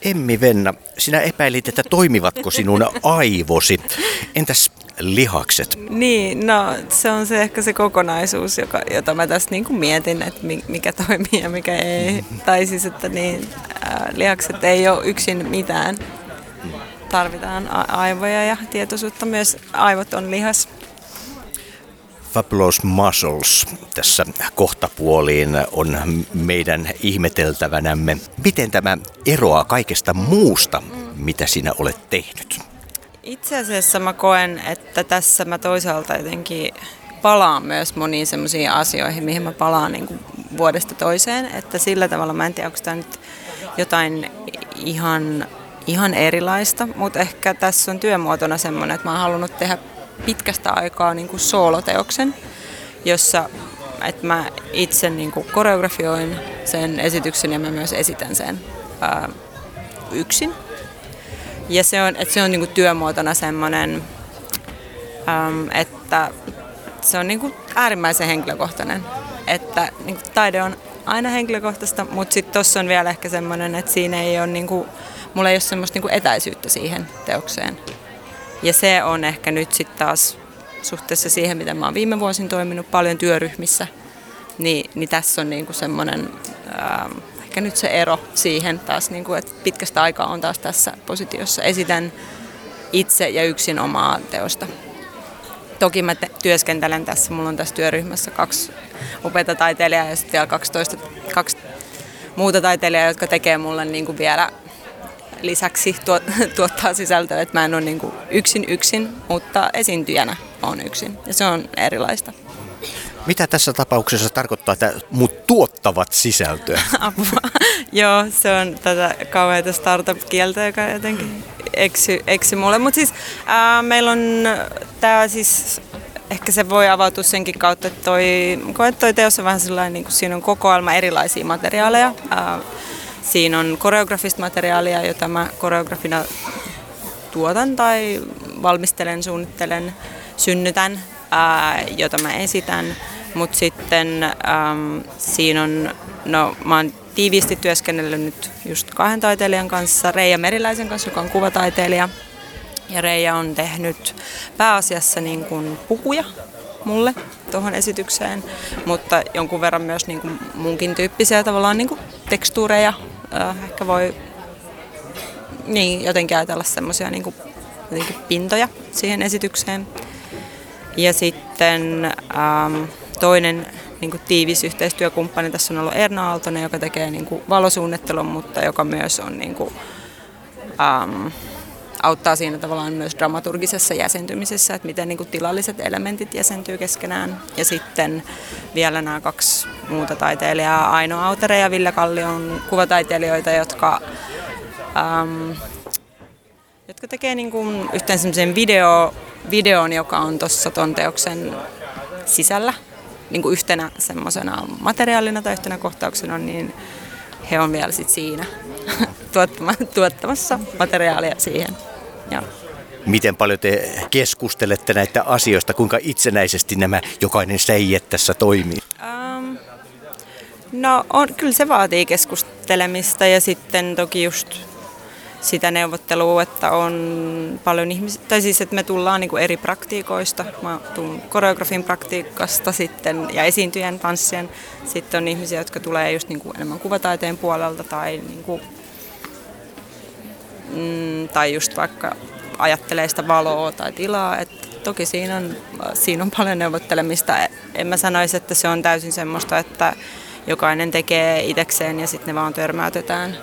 Emmi Venna, sinä epäilit, että toimivatko sinun aivosi. Entäs lihakset? Niin, no se on se ehkä se kokonaisuus, jota mä tässä niin kuin mietin, että mikä toimii ja mikä ei. Tai siis, että niin, lihakset ei ole yksin mitään. Tarvitaan aivoja ja tietoisuutta, myös aivot on lihas. Fabulous Muscles tässä kohtapuoliin on meidän ihmeteltävänämme. Miten tämä eroaa kaikesta muusta, mitä sinä olet tehnyt? Itse asiassa mä koen, että tässä mä toisaalta jotenkin palaan myös moniin semmoisiin asioihin, mihin mä palaan niin kuin vuodesta toiseen. Että sillä tavalla mä en tiedä, onko tämä nyt jotain ihan erilaista, mutta ehkä tässä on työmuotona semmoinen, että mä oon halunnut tehdä pitkästä aikaa niin kuin sooloteoksen, jossa että mä itse niin kuin koreografioin sen esityksen ja mä myös esitän sen yksin. Ja se on niin kuin työmuotona semmoinen, että se on niin kuin äärimmäisen henkilökohtainen. Että niin kuin taide on aina henkilökohtaista, mutta sitten tuossa on vielä ehkä semmoinen, että siinä ei ole niin kuin, mulla ei ole semmoista niin kuin etäisyyttä siihen teokseen. Ja se on ehkä nyt sitten taas suhteessa siihen, miten mä oon viime vuosin toiminut paljon työryhmissä, niin tässä on niinku semmoinen, ehkä nyt se ero siihen taas, niinku, että pitkästä aikaa on taas tässä positiossa. Esitän itse ja yksin omaa teosta. Toki mä työskentelen tässä, mulla on tässä työryhmässä 2 upeata taiteilijaa ja sitten vielä 2 muuta taiteilijaa, jotka tekee mulle niinku vielä lisäksi tuottaa sisältöä, että mä en ole niin kuin yksin, mutta esiintyjänä on yksin ja se on erilaista. Mitä tässä tapauksessa tarkoittaa, että muut tuottavat sisältöä? Apua. Joo, se on tätä kauheata startup-kieltä, joka jotenkin eksy mulle. Mutta siis meillä on tämä siis, ehkä se voi avautua senkin kautta, että toi teos on vähän sellainen, niin kuin siinä on kokoelma erilaisia materiaaleja. Siinä on koreografista materiaalia, jota mä koreografina tuotan tai valmistelen, suunnittelen, synnytän, jota mä esitän. Mutta sitten siinä on, mä oon tiiviisti työskennellyt nyt just 2 taiteilijan kanssa, Reija Meriläisen kanssa, joka on kuvataiteilija. Ja Reija on tehnyt pääasiassa niin kuin puhuja mulle tuohon esitykseen, mutta jonkun verran myös niin kuin munkin tyyppisiä tavallaan niin kuin tekstuureja. Ehkä voi niin, jotenkin ajatella semmoisia niin kuin pintoja siihen esitykseen. Ja sitten toinen niin kuin tiivis yhteistyökumppani tässä on ollut Erna Aaltonen, joka tekee niin kuin valosuunnittelun, mutta joka myös on niin kuin, auttaa siinä tavallaan myös dramaturgisessa jäsentymisessä, että miten niin kuin tilalliset elementit jäsentyy keskenään. Ja sitten vielä nämä 2 muuta taiteilijaa, Aino Autere ja Ville Kallio, on kuvataiteilijoita, jotka tekee niin kuin yhteen semmoisen videon, joka on tuossa ton teoksen sisällä niin kuin yhtenä semmoisena materiaalina tai yhtenä kohtauksena, niin he on vielä sit siinä tuottamassa materiaalia siihen. Ja. Miten paljon te keskustelette näitä asioista, kuinka itsenäisesti nämä jokainen seijä tässä toimii? Kyllä se vaatii keskustelemista ja sitten toki just sitä neuvottelua, että on paljon ihmisiä, tai siis että me tullaan niin kuin eri praktiikoista. Mä tulen koreografin praktiikasta sitten ja esiintyjän tanssien. Sitten on ihmisiä, jotka tulee just niin kuin enemmän kuvataiteen puolelta tai niin kuin tai just vaikka ajattelee sitä valoa tai tilaa. Et toki siinä on paljon neuvottelemista. En mä sanoisi, että se on täysin semmoista, että jokainen tekee itsekseen ja sitten ne vaan törmäytetään.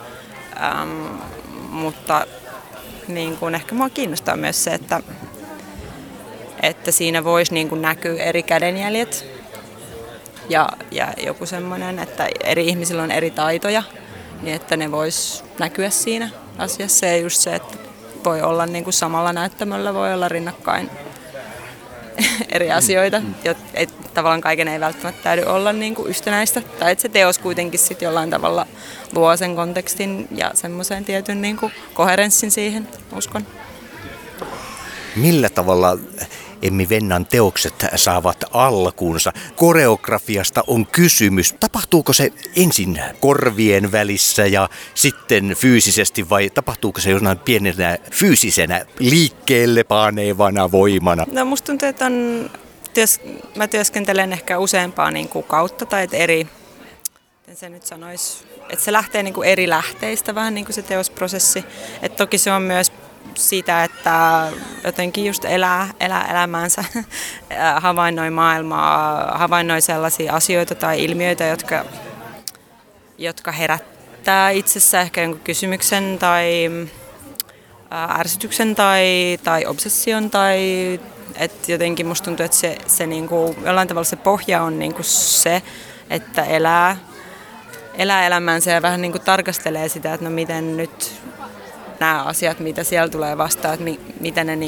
Mutta niin kun ehkä mua kiinnostaa myös se, että siinä voisi niin kun näkyä eri kädenjäljet ja joku semmoinen, että eri ihmisillä on eri taitoja, niin että ne vois näkyä siinä asiassa. Ja just se, että voi olla niin kuin samalla näyttämöllä, voi olla rinnakkain eri asioita. Tavallaan kaiken ei välttämättä täydy olla niin kuin yhtenäistä. Tai että se teos kuitenkin sit jollain tavalla luo sen kontekstin ja semmoisen tietyn niin kuin koherenssin siihen, uskon. Millä tavalla Emmi Vennan teokset saavat alkuunsa. Koreografiasta on kysymys. Tapahtuuko se ensin korvien välissä ja sitten fyysisesti vai tapahtuuko se jonain pienenä fyysisenä liikkeelle paanevana voimana? No musta tuntuu, että mä työskentelen ehkä useampaa niin kuin kautta tai eri, miten se nyt sanoisi, että se lähtee niin kuin eri lähteistä vähän niin kuin se teosprosessi. Et toki se on myös sitä, että jotenkin just elää elämäänsä, havainnoi maailmaa, havainnoi sellaisia asioita tai ilmiöitä, jotka herättää itsessä ehkä jonkun kysymyksen tai ärsytyksen tai obsession tai että jotenkin musta tuntuu, että se niinku, jollain tavalla se pohja on niinku se, että elää elämäänsä ja vähän niinku tarkastelee sitä, että no miten nyt nämä asiat, mitä siellä tulee vastaan, että mitä ne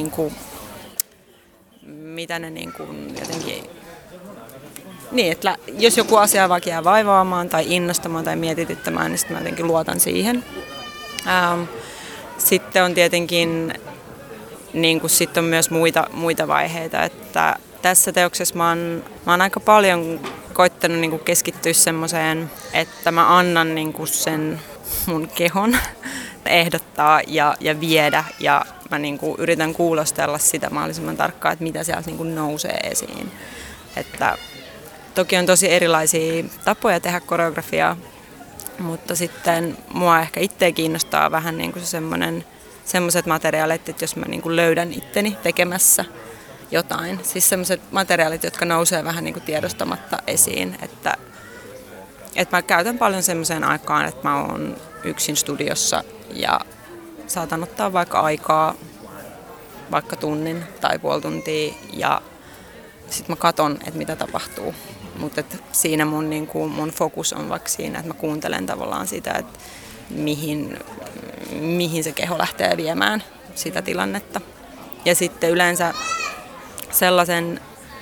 jotenkin niin, että jos joku asia vaikka jää vaivaamaan tai innostamaan tai mietityttämään, niin sitten mä jotenkin luotan siihen. Sitten on tietenkin sitten on myös muita vaiheita, että tässä teoksessa mä oon aika paljon koittanut keskittyä semmoiseen, että mä annan sen mun kehon ehdottaa ja viedä ja mä yritän kuulostella sitä mahdollisimman tarkkaan, että mitä sieltä nousee esiin. Että toki on tosi erilaisia tapoja tehdä koreografiaa, mutta sitten mua ehkä itseä kiinnostaa vähän semmoiset materiaalit, että jos mä löydän itteni tekemässä jotain, siis semmoiset materiaalit, jotka nousee vähän tiedostamatta esiin, että mä käytän paljon semmoiseen aikaan, että mä oon yksin studiossa ja saatan ottaa vaikka aikaa vaikka tunnin tai puoli tuntia ja sitten mä katon, että mitä tapahtuu. Mutta siinä mun fokus on vaikka siinä, että mä kuuntelen tavallaan sitä, että mihin se keho lähtee viemään sitä tilannetta. Ja sitten yleensä sellaisten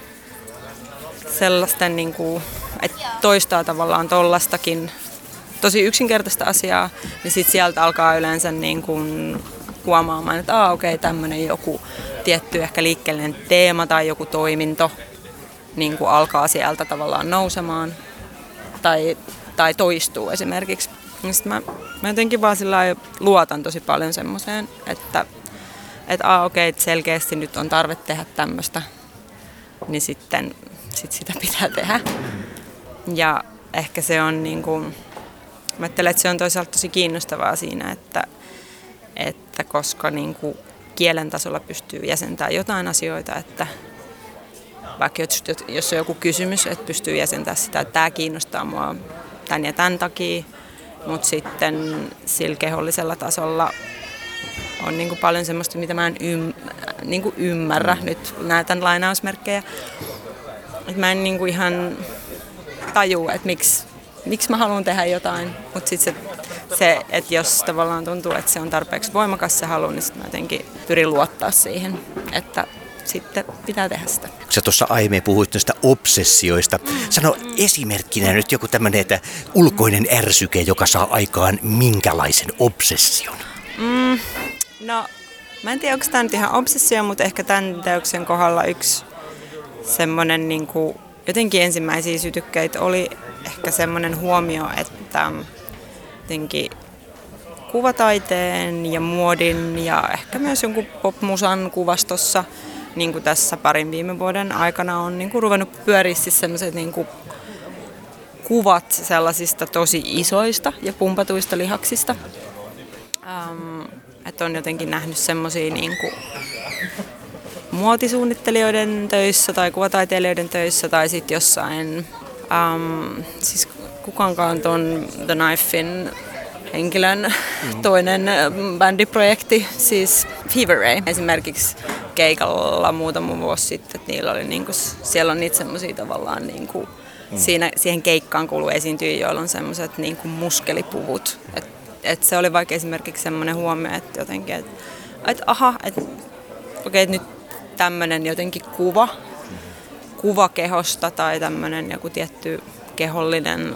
että toistaa tavallaan tollastakin tosi yksinkertaista asiaa, niin sitten sieltä alkaa yleensä huomaamaan, että okei, tämmöinen joku tietty ehkä liikkeellinen teema tai joku toiminto alkaa sieltä tavallaan nousemaan tai toistuu esimerkiksi. Sitten mä jotenkin vaan luotan tosi paljon semmoiseen, että okei, selkeästi nyt on tarve tehdä tämmöistä, niin sitten sitä pitää tehdä. Ja ehkä se on mä ajattelen, että se on toisaalta tosi kiinnostavaa siinä, että koska kielen tasolla pystyy jäsentämään jotain asioita, että vaikka jos on joku kysymys, että pystyy jäsentämään sitä, että tämä kiinnostaa mua tämän ja tämän takia, mutta sitten sillä kehollisella tasolla on paljon semmoista, mitä mä en ymmärrä. Nyt näytän lainausmerkkejä. Että mä en ihan tajua, että miksi mä haluan tehdä jotain, mutta sitten se, että jos tavallaan tuntuu, että se on tarpeeksi voimakas se halu, niin sitten mä jotenkin pyrin luottaa siihen, että sitten pitää tehdä sitä. Sä tuossa aiemmin puhuit näistä obsessioista. Sano esimerkkinä nyt joku tämmöinen, että ulkoinen ärsyke, joka saa aikaan minkälaisen obsession? No, mä en tiedä, onko tämä nyt ihan obsessio, mutta ehkä tämän teoksen kohdalla yksi semmoinen jotenkin ensimmäisiä sytykkeitä oli ehkä semmoinen huomio, että jotenkin kuvataiteen ja muodin ja ehkä myös jonkun popmusan kuvastossa tässä parin viime vuoden aikana on ruvennut pyöriä siis sellaiset kuvat sellaisista tosi isoista ja pumpatuista lihaksista. Että on jotenkin nähnyt semmoisia muotisuunnittelijoiden töissä tai kuvataiteilijoiden töissä tai sitten jossain, siis kukaankaan ton The Knifein henkilön toinen bändiprojekti, siis Fever Ray esimerkiksi keikalla muutama vuosi sitten, että niillä oli siellä on niitä semmoisia tavallaan siihen keikkaan kuuluu esiintyjiä, joilla on semmoiset muskelipuvut. Et se oli vaikka esimerkiksi semmoinen huomio, että jotenkin, että okei, nyt tämmöinen jotenkin kuva kehosta tai tämmöinen joku tietty kehollinen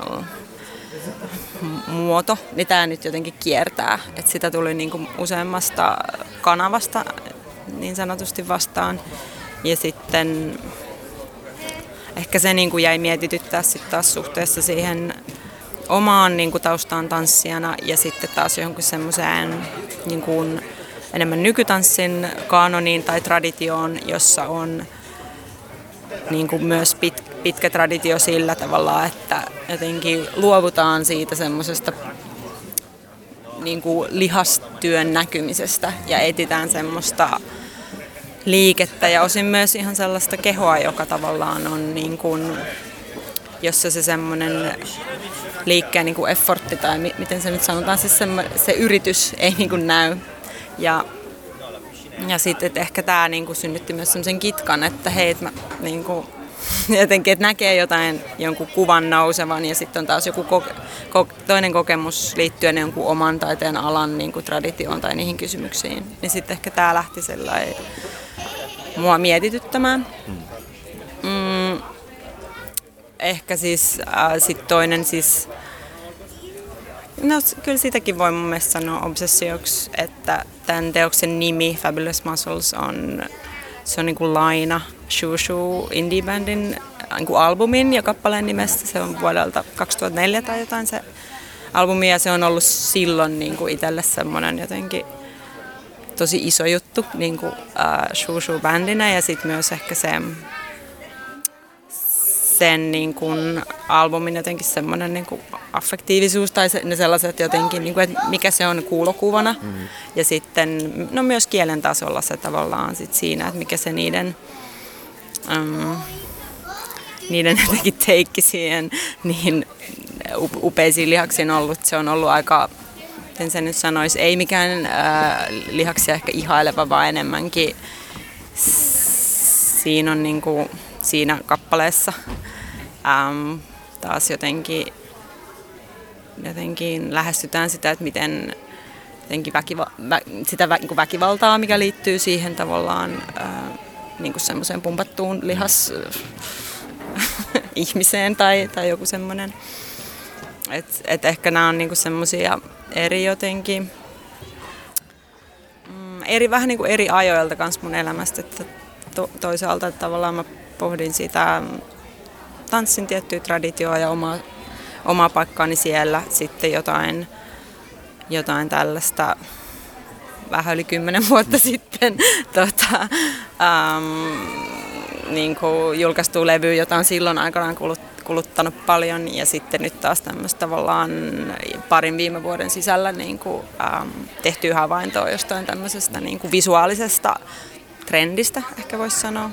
muoto, niin tämä nyt jotenkin kiertää. Että sitä tuli useammasta kanavasta niin sanotusti vastaan. Ja sitten ehkä se niin kuin jäi mietityttää sitten taas suhteessa siihen omaan niin kuin taustaan tanssijana ja sitten taas johonkin semmoiseen niin kuin enemmän nykytanssin kanoniin tai traditioon, jossa on niin kuin myös pitkä traditio sillä tavalla, että jotenkin luovutaan siitä semmoisesta niin kuin lihastyön näkymisestä ja etsitään semmoista liikettä ja osin myös ihan sellaista kehoa, joka tavallaan on niin kuin, jossa se semmoinen liikkeen niin kuin effortti tai miten se nyt sanotaan, siis se yritys ei niin kuin näy. Ja sitten ehkä tämä niin kuin synnytti myös semmoisen kitkan, että hei, että mä niin kuin, jotenkin, että näkee jonkun kuvan nousevan ja sitten on taas joku toinen kokemus liittyen jonkun oman taiteen alan niin kuin traditioon tai niihin kysymyksiin. Niin sitten ehkä tämä lähti sellainen mua mietityttämään. Ehkä siis sit toinen siis, no kyllä sitäkin voi mun mielestä sanoa obsessioksi, että tämän teoksen nimi Fabulous Muscles se on niin kuin laina Shushu Indie Bandin niin kuin albumin ja kappaleen nimestä. Se on vuodelta 2004 tai jotain se albumi ja se on ollut silloin niin kuin itselle semmoinen jotenkin tosi iso juttu niin kuin Shushu bandina ja sitten myös ehkä sen niin kuin albumin jotenkin semmoinen niin kuin affektiivisuus tai ne sellaiset jotenkin, niin kuin, että mikä se on kuulokuvana. Ja sitten no myös kielen tasolla se tavallaan sit siinä, että mikä se niiden jotenkin teikki siihen niihin upeisiin lihaksiin on ollut. Se on ollut aika, miten se nyt sanoisi, ei mikään lihaksia ehkä ihaileva, vaan enemmänkin siinä on niin kuin siinä kappaleessa taas jotenkin lähestytään sitä, että miten jotenkin sitä väkivaltaa, mikä liittyy siihen tavallaan niin kuin semmoiseen pumpattuun ihmiseen tai joku semmoinen. Et ehkä nämä on niin kuin semmoisia eri jotenkin vähän niin kuin eri ajoilta kans mun elämästä, että toisaalta että tavallaan mä pohdin sitä tanssin tiettyä traditioa ja omaa paikkaani siellä, sitten jotain tällaista vähän yli 10 vuotta sitten niin kuin julkaistua levyä, jota on silloin aikanaan kuluttanut paljon ja sitten nyt taas tämmöistä tavallaan parin viime vuoden sisällä niin kuin, tehtyä havaintoa jostain tämmöisestä niin kuin visuaalisesta trendistä, ehkä voisi sanoa.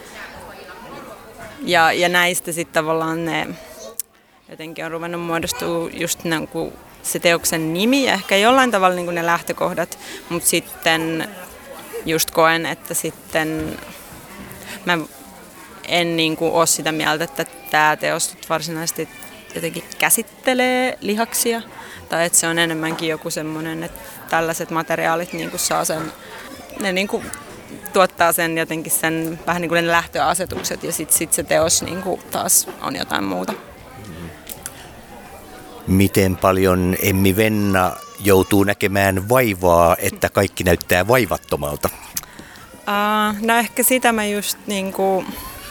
Ja näistä sitten tavallaan ne jotenkin on ruvennut muodostua just niin kuin se teoksen nimi ja ehkä jollain tavalla niin kuin ne lähtökohdat, mutta sitten just koen, että sitten mä en niin kuin ole sitä mieltä, että tämä teos varsinaisesti jotenkin käsittelee lihaksia tai että se on enemmänkin joku semmoinen, että tällaiset materiaalit niin kuin saa sen, ne niin kuin tuottaa sen jotenkin sen vähän niin kuin ne lähtöasetukset ja sitten se teos niin kuin taas on jotain muuta. Miten paljon Emmi Venna joutuu näkemään vaivaa, että kaikki näyttää vaivattomalta? No ehkä sitä mä just niinku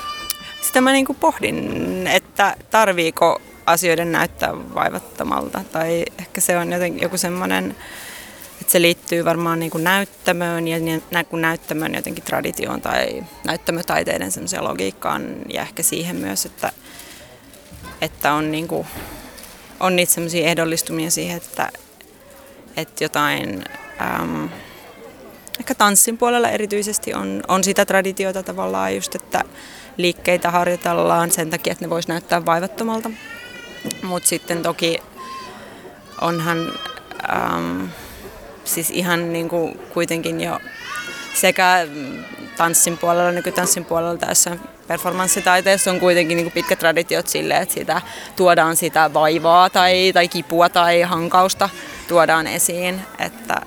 pohdin, että tarviiko asioiden näyttää vaivattomalta tai ehkä se on jotenkin joku semmoinen, että se liittyy varmaan niinku näyttämöön ja näyttämön jotenkin traditioon tai näyttämötaiteiden semmoiseen logiikkaan ja ehkä siihen myös, että on niinku on niitä semmoisia ehdollistumia siihen, että jotain, ehkä tanssin puolella erityisesti on sitä traditiota tavallaan just, että liikkeitä harjoitellaan sen takia, että ne vois näyttää vaivattomalta. Mutta sitten toki onhan siis ihan niinku kuitenkin jo sekä tanssin puolella, nykytanssin puolella tässä performanssitaiteessa on kuitenkin niin kuin pitkät traditiot silleen, että sitä tuodaan sitä vaivaa tai kipua tai hankausta tuodaan esiin, että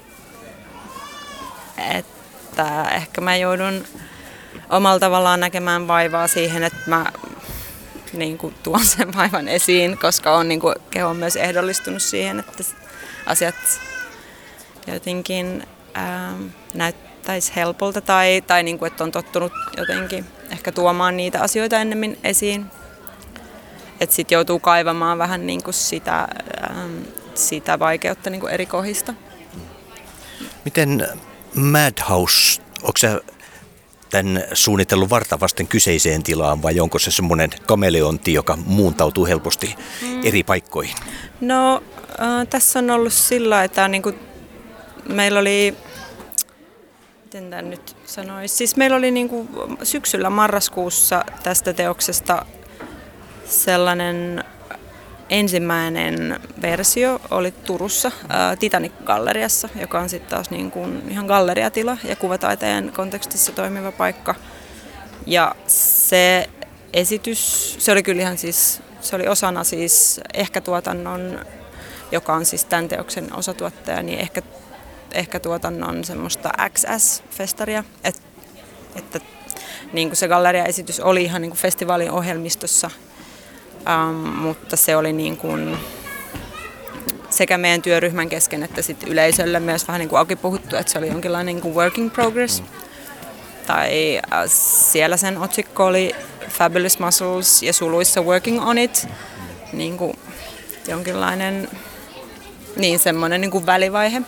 ehkä mä joudun omalla tavallaan näkemään vaivaa siihen, että mä niin kuin tuon sen vaivan esiin, koska on, niin kuin, keho on myös ehdollistunut siihen, että asiat jotenkin näyttäisi helpolta tai niin kuin, että on tottunut jotenkin ehkä tuomaan niitä asioita ennemmin esiin. Että sitten joutuu kaivamaan vähän niin kuin sitä vaikeutta niin kuin eri kohdista. Miten Madhouse, onko se tämän suunnitellut vartavasten kyseiseen tilaan vai onko se semmoinen kameleontti, joka muuntautuu helposti eri paikkoihin? No tässä on ollut sillä, että niin kuin meillä oli, miten tämän nyt sanoisi, siis meillä oli niin kuin syksyllä marraskuussa tästä teoksesta sellainen ensimmäinen versio oli Turussa Titanic-galleriassa, joka on sitten taas niin kuin ihan galleriatila ja kuvataiteen kontekstissa toimiva paikka. Ja se esitys, se oli kyllä ihan siis, se oli osana siis Ehkä-tuotannon, joka on siis tämän teoksen osatuottaja, niin Ehkä-tuotannon semmoista XS-festaria, että niin kuin se galleriaesitys oli ihan niin kuin festivaalin ohjelmistossa. Mutta se oli niin kuin sekä meidän työryhmän kesken että sit yleisölle myös vähän niin kuin auki puhuttu, että se oli jonkinlainen niin kuin working progress. Tai siellä sen otsikko oli Fabulous Muscles ja suluissa Working on it. Niin kuin jonkinlainen niin semmoinen niin kuin välivaihe.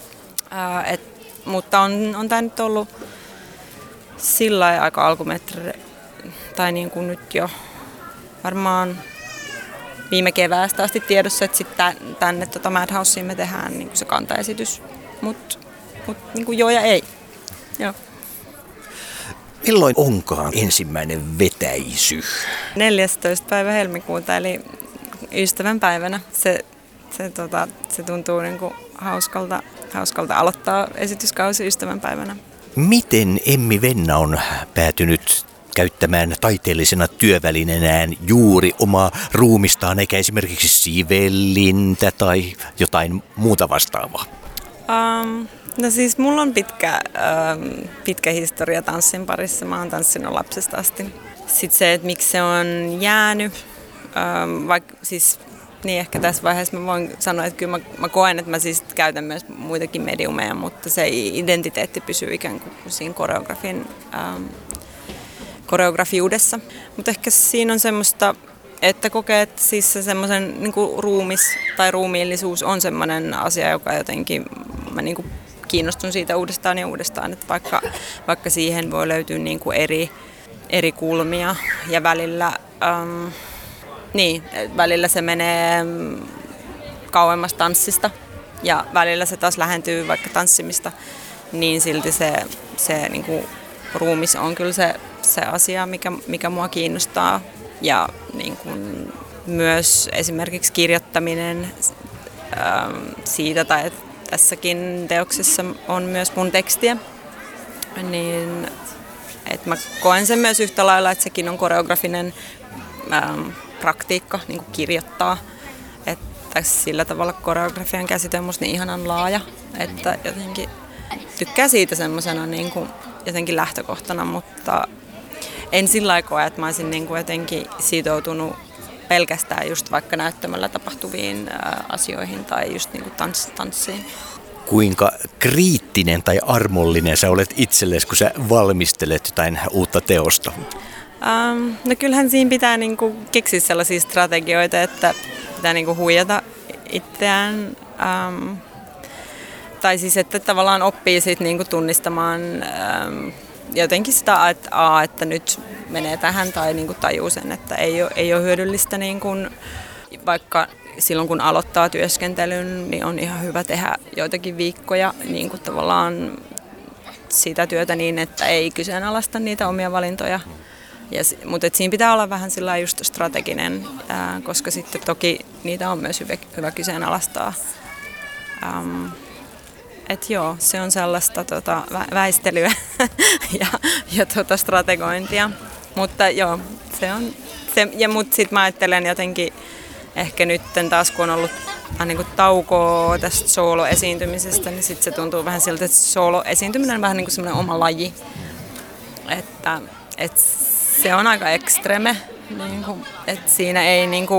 Mutta on tämä nyt ollut sillä aika alkumetri tai niin kuin nyt jo varmaan viime keväästä asti tiedossa, että sitten tänne Madhouseen me tehdään niin kuin se kantaesitys, mutta niin kuin joo ja ei. Joo. Milloin onkaan ensimmäinen vetäisy? 14. päivä helmikuuta, eli ystävänpäivänä. Se tuntuu niin kuin hauskalta aloittaa esityskausi ystävänpäivänä. Miten Emmi Venna on päätynyt käyttämään taiteellisena työvälineenään juuri omaa ruumistaan, eikä esimerkiksi sivellintä tai jotain muuta vastaavaa? No siis mulla on pitkä historia tanssin parissa. Mä oon tanssinut lapsesta asti. Sitten se, että miksi se on jäänyt, vaikka siis niin ehkä tässä vaiheessa mä voin sanoa, että kyllä mä koen, että mä siis käytän myös muitakin mediumeja, mutta se identiteetti pysyy ikään kuin siinä koreografiudessa. Mutta ehkä siinä on semmoista, että kokee, että siis se semmoisen niin kuin ruumis tai ruumiillisuus on semmoinen asia, joka jotenkin mä niin kuin kiinnostun siitä uudestaan ja uudestaan, että vaikka siihen voi löytyä niin kuin eri kulmia ja välillä se menee kauemmas tanssista ja välillä se taas lähentyy vaikka tanssimista, niin silti se niin kuin ruumis on kyllä se asia, mikä mua kiinnostaa. Ja niin kuin myös esimerkiksi kirjoittaminen siitä, tai tässäkin teoksessa on myös mun tekstiä, niin että mä koen sen myös yhtä lailla, että sekin on koreografinen praktiikka niin kuin kirjoittaa. Että sillä tavalla koreografian käsite on musta niin ihanan laaja, että jotenkin tykkää siitä semmoisena niin kuin jotenkin lähtökohtana, mutta en sillä aikaa, että mä olisin niin kuin jotenkin sitoutunut pelkästään just vaikka näyttämällä tapahtuviin asioihin tai just niin kuin tanssiin. Kuinka kriittinen tai armollinen sä olet itsellesi, kun sä valmistelet jotain uutta teosta? No kyllähän siinä pitää niin kuin keksiä sellaisia strategioita, että pitää niin kuin huijata itseään. Tai siis, että tavallaan oppii sit niin kuin tunnistamaan jotenkin sitä, että nyt menee tähän tai niin kuin tajuu sen, että ei ole hyödyllistä niin kuin, vaikka silloin kun aloittaa työskentelyn, niin on ihan hyvä tehdä joitakin viikkoja niin kuin tavallaan sitä työtä niin, että ei kyseenalaista niitä omia valintoja. Mutta siinä pitää olla vähän sillä just strateginen, koska sitten toki niitä on myös hyvä kyseenalaistaa. Että joo, se on sellaista väistelyä ja strategointia. Mutta joo, se on se. Ja mut sit mä ajattelen jotenkin ehkä nyt taas kun on ollut niin kuin taukoa tästä soolo-esiintymisestä, niin sit se tuntuu vähän siltä, että soolo-esiintyminen on vähän niin kuin semmoinen oma laji. Että se on aika ekstreme, niin kuin, että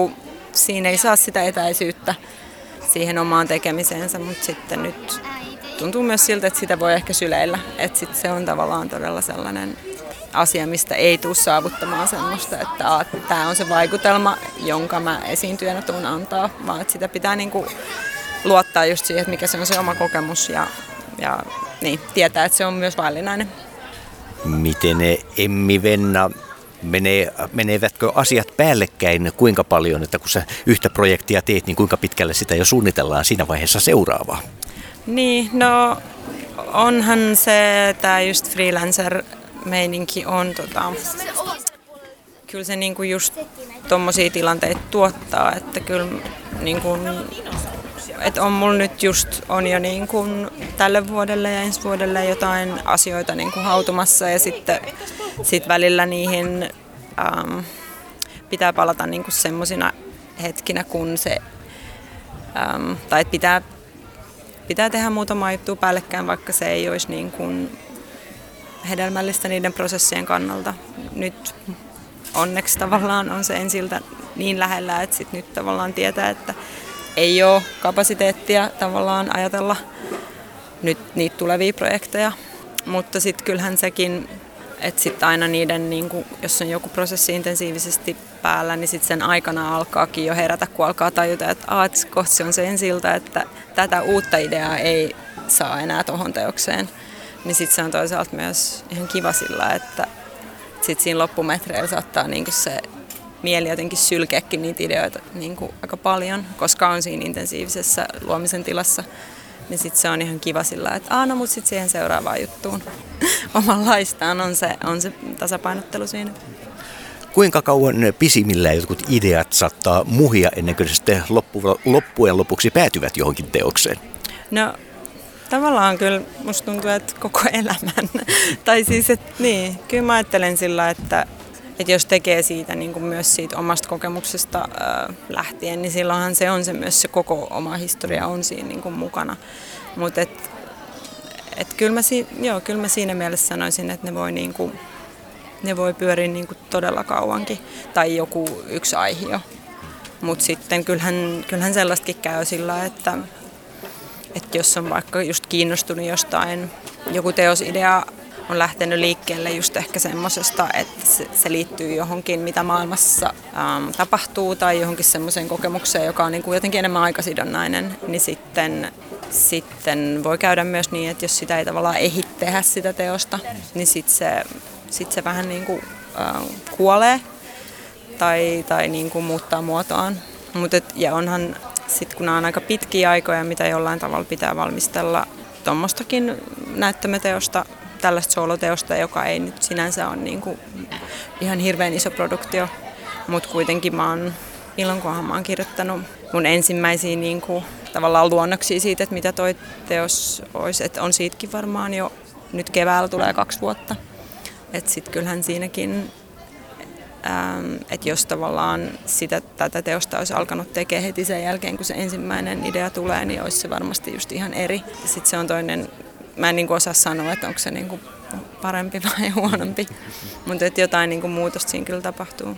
siinä ei saa sitä etäisyyttä siihen omaan tekemiseensä, mutta sitten nyt tuntuu myös siltä, että sitä voi ehkä syleillä. Että sit se on tavallaan todella sellainen asia, mistä ei tule saavuttamaan semmoista, että tämä on se vaikutelma, jonka mä esiintyjänä tuun antaa, vaan että sitä pitää niinku luottaa just siihen, että mikä se on se oma kokemus ja niin, tietää, että se on myös vaillinainen. Miten Emmi Venna, menevätkö asiat päällekkäin kuinka paljon, että kun sä yhtä projektia teet, niin kuinka pitkälle sitä jo suunnitellaan siinä vaiheessa seuraavaa? Niin, no onhan se, tämä just freelancer-meininki on, kyllä se niinku just tommosia tilanteita tuottaa, että kyllä niinku, että on mulla nyt on jo niinku tälle vuodelle ja ensi vuodelle jotain asioita niinku hautumassa ja sitten välillä niihin pitää palata niinku semmosina hetkinä, kun se, tai pitää tehdä muutama juttu päällekkäin, vaikka se ei olisi niin kuin hedelmällistä niiden prosessien kannalta. Nyt onneksi tavallaan on se ensiltä niin lähellä, että sit nyt tavallaan tietää, että ei ole kapasiteettia tavallaan ajatella nyt niitä tulevia projekteja. Mutta sitten kyllähän sekin, että sitten aina niiden, niin kuin, jos on joku prosessi intensiivisesti päällä, niin sitten sen aikana alkaakin jo herätä, kun alkaa tajuta, että kohta se on sen siltä, että tätä uutta ideaa ei saa enää tuohon teokseen. Niin sitten se on toisaalta myös ihan kiva sillä, että sitten siinä loppumetreillä saattaa niinku se mieli jotenkin sylkeäkin niitä ideoita niinku aika paljon, koska on siinä intensiivisessä luomisen tilassa. Niin sitten se on ihan kiva sillä, että no mut sitten siihen seuraavaan juttuun. Omanlaistaan on se tasapainottelu siinä. Kuinka kauan pisimmillään jotkut ideat saattaa muhia ennen kuin sitten loppujen lopuksi päätyvät johonkin teokseen? No tavallaan kyllä musta tuntuu, että koko elämän. Tai siis, että niin, kyllä mä ajattelen sillä, että jos tekee siitä niin kuin myös siitä omasta kokemuksesta lähtien, niin silloinhan se on se myös se koko oma historia on siinä niin kuin mukana. Mutta kyllä mä siinä mielessä sanoisin, että ne voi pyöriä niin kuin todella kauankin. Tai joku yksi aihe. Mutta sitten kyllähän sellaistakin käy sillä, että jos on vaikka just kiinnostunut jostain, joku teosidea on lähtenyt liikkeelle just ehkä semmosesta, että se liittyy johonkin, mitä maailmassa tapahtuu tai johonkin semmoiseen kokemukseen, joka on niin kuin jotenkin enemmän aikasidonnainen, niin sitten voi käydä myös niin, että jos sitä ei tavallaan ehdi tehdä sitä teosta, niin sitten se vähän niin kuin kuolee tai niin kuin muuttaa muotoaan. Ja onhan sitten, kun nämä on aika pitkiä aikoja, mitä jollain tavalla pitää valmistella tuommoistakin näyttämöteosta, tällaista sooloteosta, joka ei nyt sinänsä ole niin kuin ihan hirveän iso produktio, mutta kuitenkin milloinkohan mä oon kirjoittanut mun ensimmäisiä niin kuin, tavallaan luonnoksia siitä, että mitä toi teos olisi, että on siitäkin varmaan jo nyt keväällä tulee 2 vuotta. Että sitten kyllähän siinäkin, että jos tavallaan tätä teosta olisi alkanut tekemään heti sen jälkeen, kun se ensimmäinen idea tulee, niin olisi se varmasti just ihan eri. Ja sitten se on toinen, mä en niin kuin osaa sanoa, että onko se niin kuin parempi vai huonompi, mutta että jotain niin kuin muutosta siinä kyllä tapahtuu.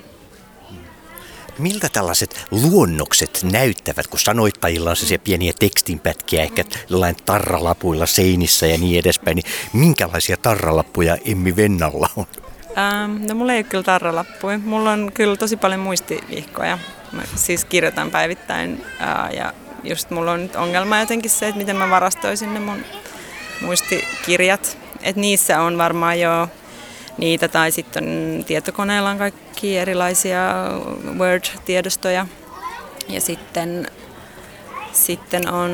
Miltä tällaiset luonnokset näyttävät, kun sanoittajilla on sellaisia pieniä tekstinpätkiä, ehkä jollain tarralapuilla seinissä ja niin edespäin, niin minkälaisia tarralappuja Emmi Vennalla on? No mulla ei ole kyllä tarralappuja. Mulla on kyllä tosi paljon muistivihkoja. Mä siis kirjoitan päivittäin ja just mulla on nyt ongelma jotenkin se, että miten mä varastoisin ne mun muistikirjat. Että niissä on varmaan jo niitä tai sitten tietokoneella on kaikki erilaisia Word-tiedostoja. Ja sitten on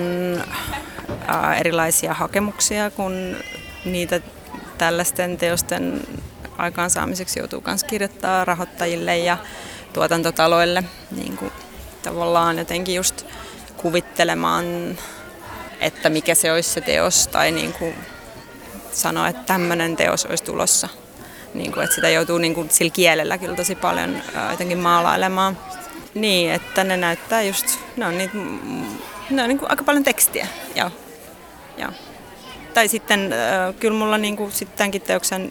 erilaisia hakemuksia, kun niitä tällaisten teosten aikaansaamiseksi joutuu myös kirjoittaa rahoittajille ja tuotantotaloille. Niin kuin tavallaan jotenkin just kuvittelemaan, että mikä se olisi se teos tai niin kuin sanoa, että tämmöinen teos olisi tulossa. Niin kuin, että sitä joutuu niin kuin sillä kielellä kyllä tosi paljon jotenkin maalailemaan. Niin, että ne näyttää just, ne on niin kuin aika paljon tekstiä. Joo. Tai sitten kyllä mulla niin kuin sitten tämänkin teoksen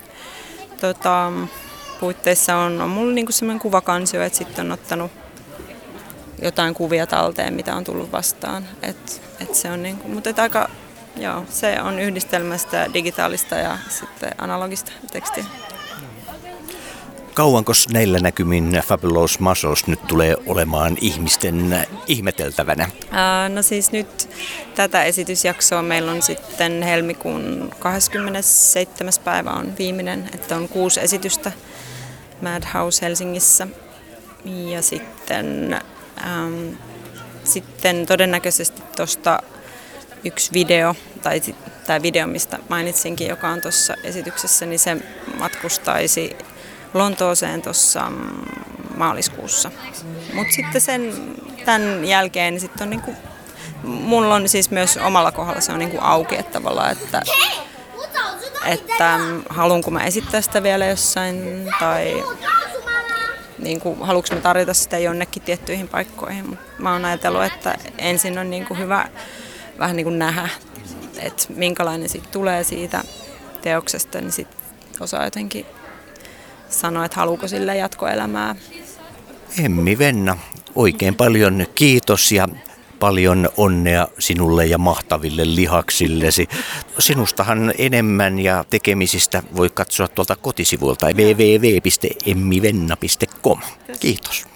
puitteissa on mulla niin kuin semmoinen kuvakansio, että sitten on ottanut jotain kuvia talteen, mitä on tullut vastaan. Et se on niin kuin, mutta aika Joo, se on yhdistelmästä digitaalista ja sitten analogista tekstiä. Kauanko näillä näkymin Fabulous Muscles nyt tulee olemaan ihmisten ihmeteltävänä? No siis nyt tätä esitysjaksoa meillä on sitten helmikuun 27. päivä on viimeinen, että on 6 esitystä Madhouse Helsingissä. Ja sitten todennäköisesti tuosta yksi video, tai tämä video, mistä mainitsinkin, joka on tuossa esityksessä, niin se matkustaisi Lontooseen tuossa maaliskuussa. Mutta sitten tämän jälkeen niin sitten on niinku, mulla on siis myös omalla kohdalla se on niinku auki, että tavallaan, että haluanko mä esittää sitä vielä jossain tai niinku, haluanko mä tarjota sitä jonnekin tiettyihin paikkoihin. Mut mä oon ajatellut, että ensin on niinku hyvä vähän niinku nähdä, että minkälainen siitä tulee siitä teoksesta, niin sit osaa jotenkin sanoa, että haluuko sille jatkoelämää. Emmi Venna, oikein paljon kiitos ja paljon onnea sinulle ja mahtaville lihaksillesi. Sinustahan enemmän ja tekemisistä voi katsoa tuolta kotisivuilta www.emmivenna.com. Kiitos.